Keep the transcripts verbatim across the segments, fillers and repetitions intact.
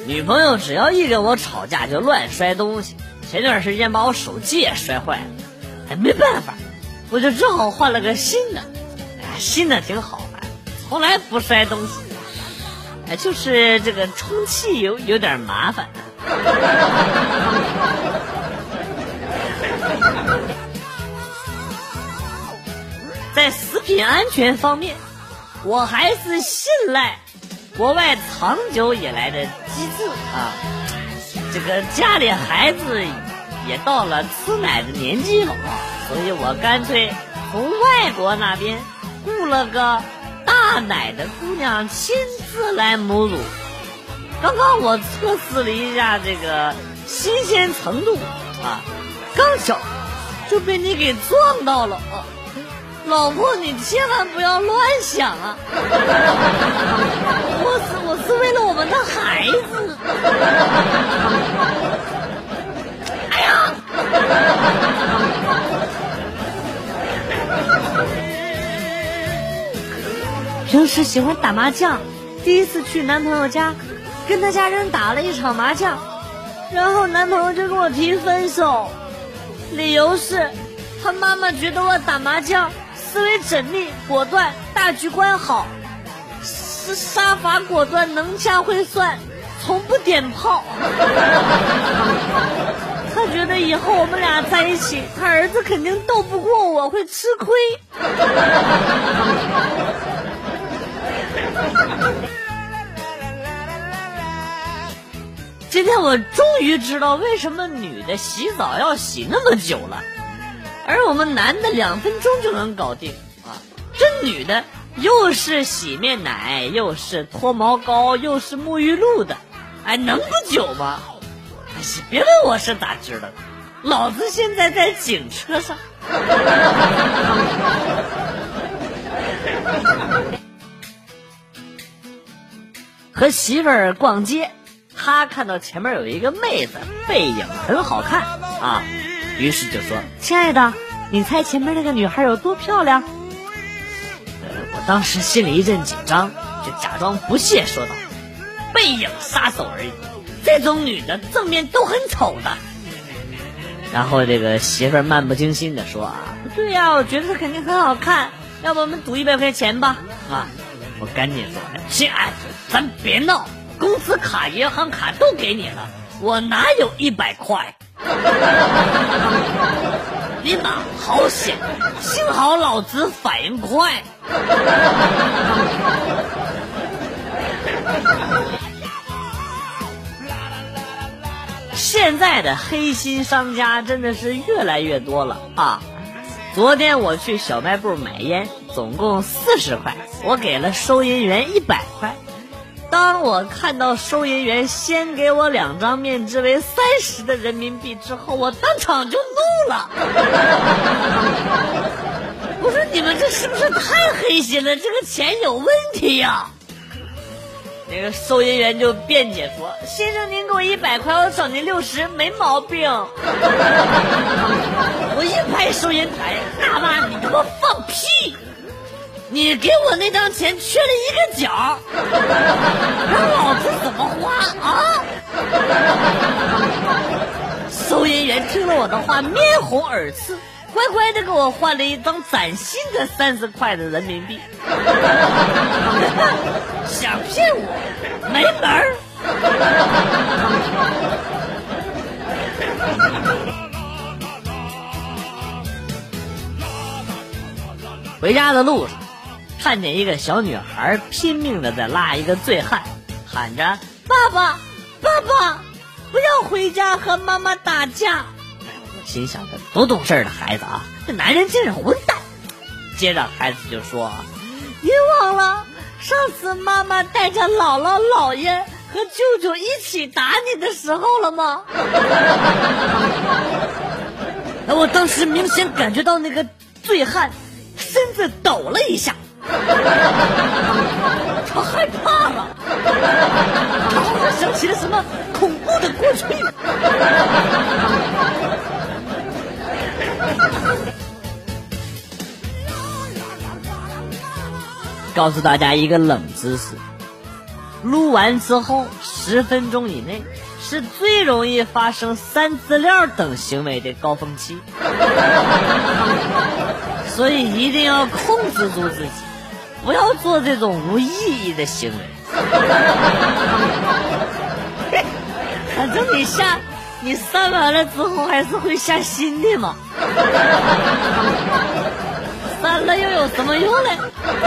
女朋友只要一跟我吵架就乱摔东西，前段时间把我手机也摔坏了，哎，没办法，我就只好换了个新的。哎，新的挺好的，从来不摔东西。哎，就是这个充气有有点麻烦。在食品安全方面，我还是信赖国外长久以来的机制啊。这个家里孩子也到了吃奶的年纪了，所以我干脆从外国那边雇了个大奶的姑娘亲自来母乳。刚刚我测试了一下这个新鲜程度啊，刚巧就被你给撞到了啊！老婆，你千万不要乱想啊！我是我是为了我们的孩子。哎呀！平时喜欢打麻将，第一次去男朋友家，跟他家人打了一场麻将，然后男朋友就跟我提分手，理由是他妈妈觉得我打麻将思维缜密果断，大局观好，是杀伐果断，能掐会算，从不点炮。他觉得以后我们俩在一起，他儿子肯定斗不过我，会吃亏。今天我终于知道为什么女的洗澡要洗那么久了，而我们男的两分钟就能搞定啊！这女的又是洗面奶，又是脱毛膏，又是沐浴露的，哎，能不久吗？哎，别问我是咋知道的，老子现在在警车上。和媳妇儿逛街，他看到前面有一个妹子背影很好看啊，于是就说：“亲爱的，你猜前面那个女孩有多漂亮？”呃，我当时心里一阵紧张，就假装不屑说道：“背影杀手而已，这种女的正面都很丑的。”然后这个媳妇儿漫不经心的说：“啊，不对呀、啊，我觉得她肯定很好看，要不我们赌一百块钱吧？”啊，我赶紧说：“亲爱的，咱别闹。公司卡、银行卡都给你了，我哪有一百块？”尼玛，好险！幸好老子反应快。现在的黑心商家真的是越来越多了啊！昨天我去小卖部买烟，总共四十块，我给了收银员一百块。当我看到收银员先给我两张面值为三十的人民币之后，我当场就怒了。我说你们这是不是太黑心了？这个钱有问题呀！那个收银员就辩解说：“先生，您给我一百块，我找您六十，没毛病。”我一拍收银台：“大妈，你他妈放屁！你给我那张钱缺了一个角，让老子怎么花啊？”收银员听了我的话，面红耳赤，乖乖的给我换了一张崭新的三十块的人民币。想骗我没门儿！回家的路上，看见一个小女孩拼命的在拉一个醉汉，喊着：“爸爸，爸爸，不要回家和妈妈打架。”我心想着多懂事的孩子啊，这男人真是混蛋。接着孩子就说：“你忘了上次妈妈带着姥姥姥爷和舅舅一起打你的时候了吗？”我当时明显感觉到那个醉汉身子抖了一下，他害怕了，他好像想起了什么恐怖的过去。告诉大家一个冷知识， 撸完之后十分钟以内是最容易发生三资料等行为的高峰期，所以一定要控制住自己，不要做这种无意义的行为。反正你下你删完了之后还是会下新的嘛，删了又有什么用呢？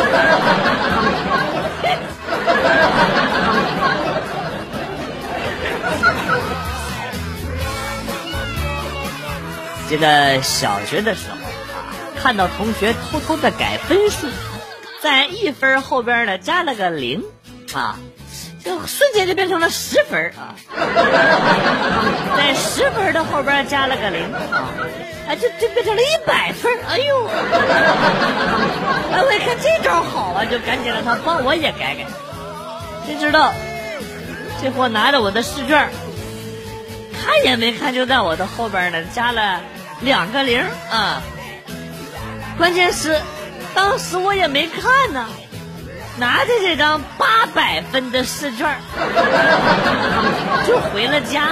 记得小学的时候啊，看到同学偷偷的改分数，在一分后边呢加了个零啊，就瞬间就变成了十分啊，在十分的后边加了个零啊，哎，就就变成了一百分。哎呦，哎，我一看这招好啊，就赶紧让他帮我也改改。谁知道这货拿着我的试卷，看也没看就在我的后边呢加了两个零啊！关键是当时我也没看呢，拿着这张八百分的试卷就回了家，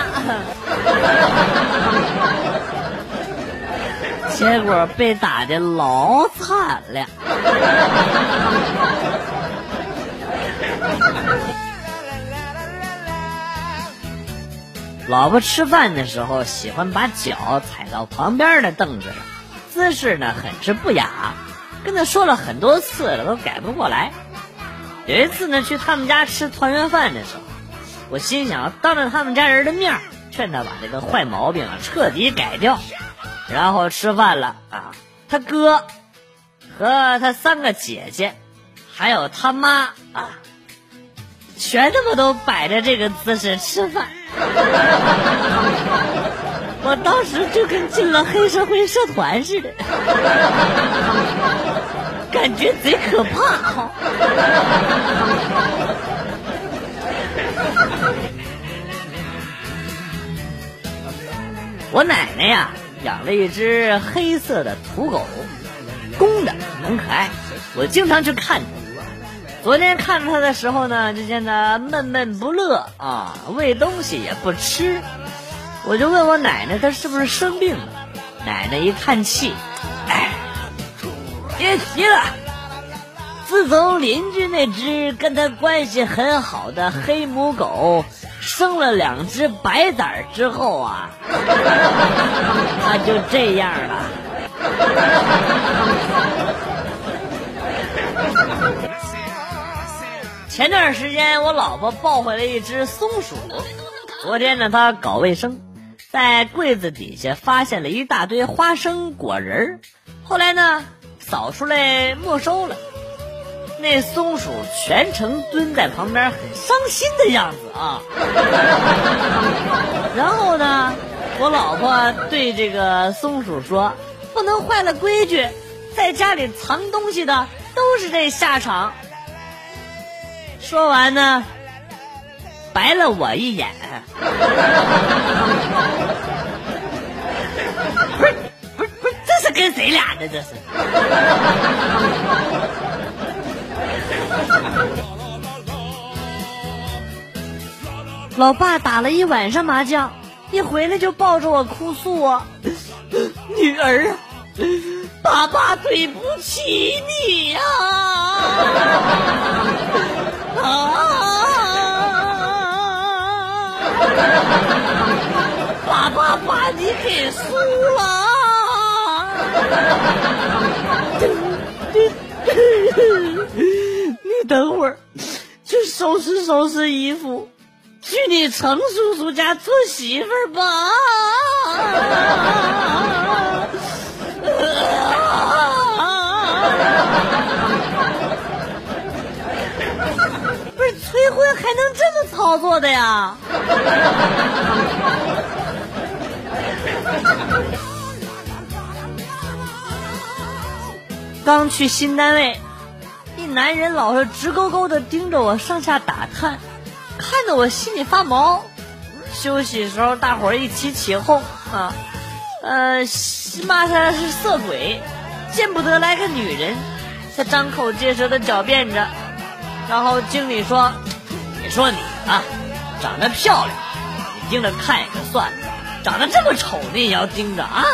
结果被打得老惨了。老婆吃饭的时候喜欢把脚踩到旁边的凳子上，姿势呢很是不雅，跟他说了很多次了都改不过来。有一次呢去他们家吃团圆饭的时候，我心想当着他们家人的面劝他把这个坏毛病啊彻底改掉。然后吃饭了啊，他哥和他三个姐姐还有他妈啊，全他妈都摆着这个姿势吃饭。我当时就跟进了黑社会社团似的，感觉贼可怕。我奶奶呀养了一只黑色的土狗，公的很可爱，我经常去看它。昨天看着它的时候呢，就见它闷闷不乐啊，喂东西也不吃。我就问我奶奶，它是不是生病了？奶奶一看气，哎，别提了。自从邻居那只跟它关系很好的黑母狗生了两只白崽之后啊，它就这样了。前段时间我老婆抱回了一只松鼠，昨天呢她搞卫生，在柜子底下发现了一大堆花生果仁，后来呢扫出来没收了。那松鼠全程蹲在旁边很伤心的样子啊。然后呢我老婆对这个松鼠说，不能坏了规矩，在家里藏东西的都是这下场。说完呢白了我一眼。不是不是不是，这是跟谁俩呢？这是老爸打了一晚上麻将，一回来就抱着我哭诉啊，女儿啊，爸爸对不起你呀！啊！爸爸把你给输了！你等会儿去收拾收拾衣服，去你程叔叔家做媳妇儿吧。不是催婚还能这么操作的呀？刚去新单位，一男人老是直勾勾的盯着我上下打探，看得我心里发毛。休息时候大伙儿一起起哄啊，呃，骂他是色鬼，见不得来个女人。他张口结舌的狡辩着，然后经理说， 你说你啊，长得漂亮，你盯着看也就算了，长得这么丑你也要盯着啊？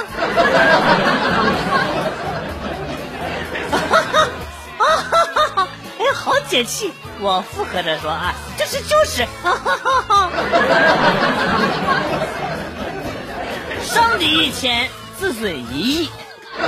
哎，好解气！我附和着说啊，就是就是，伤敌一千，自损一亿。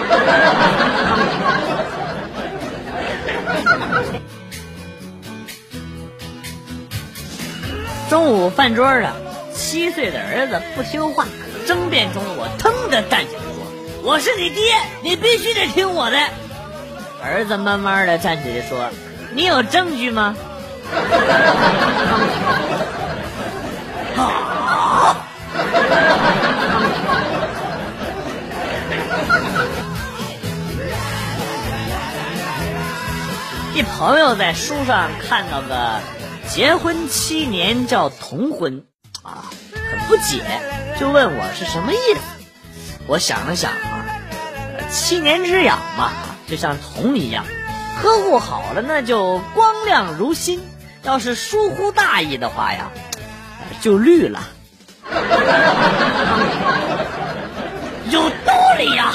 中午饭桌上，七岁的儿子不听话，争辩中我腾地站起来说：“我是你爹，你必须得听我的。”儿子慢慢的站起来说：“你有证据吗？”好。一朋友在书上看到个结婚七年叫同婚啊，很不解，就问我是什么意思。我想了想啊，七年之痒嘛，就像铜一样，呵护好了那就光亮如新，要是疏忽大意的话呀，就绿了。有道理呀。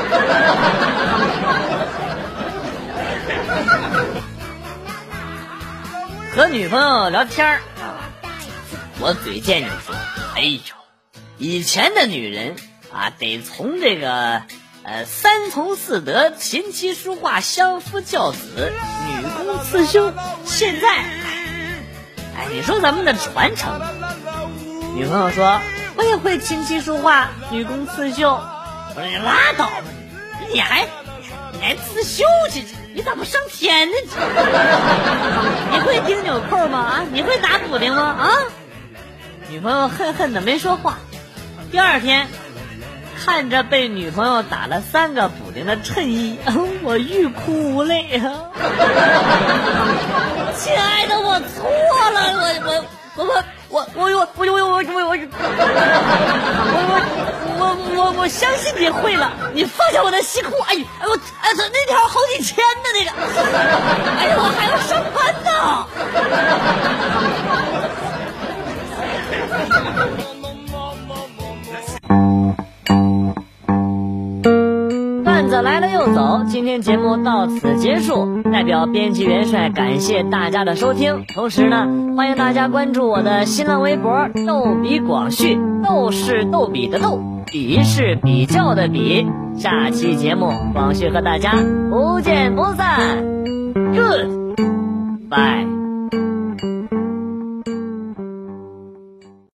和女朋友聊天啊，我嘴贱就说：“哎呦，以前的女人啊，得从这个呃三从四德、琴棋书画、相夫教子、女工刺绣，现在，哎，你说咱们的传承。”女朋友说：“我也会琴棋书画、女工刺绣。”我说：“你拉倒吧，你还你还刺绣去？你咋不上天呢？你会钉纽扣吗？啊，你会打补丁吗？啊？”女朋友恨恨的没说话。第二天，看着被女朋友打了三个补丁的衬衣，我欲哭无泪啊！亲爱的，我错了，我我我我我我我我我我我我我我我相信你会了，你放下我的西裤，哎哎我哎这那条好几千的那个，哎呀我还要上班呢。段子来了又走，今天节目到此结束，代表编辑元帅感谢大家的收听，同时呢，欢迎大家关注我的新浪微博逗比广旭，逗是逗比的逗，比是比较的比。下期节目广旭和大家不见不散 ，Goodbye。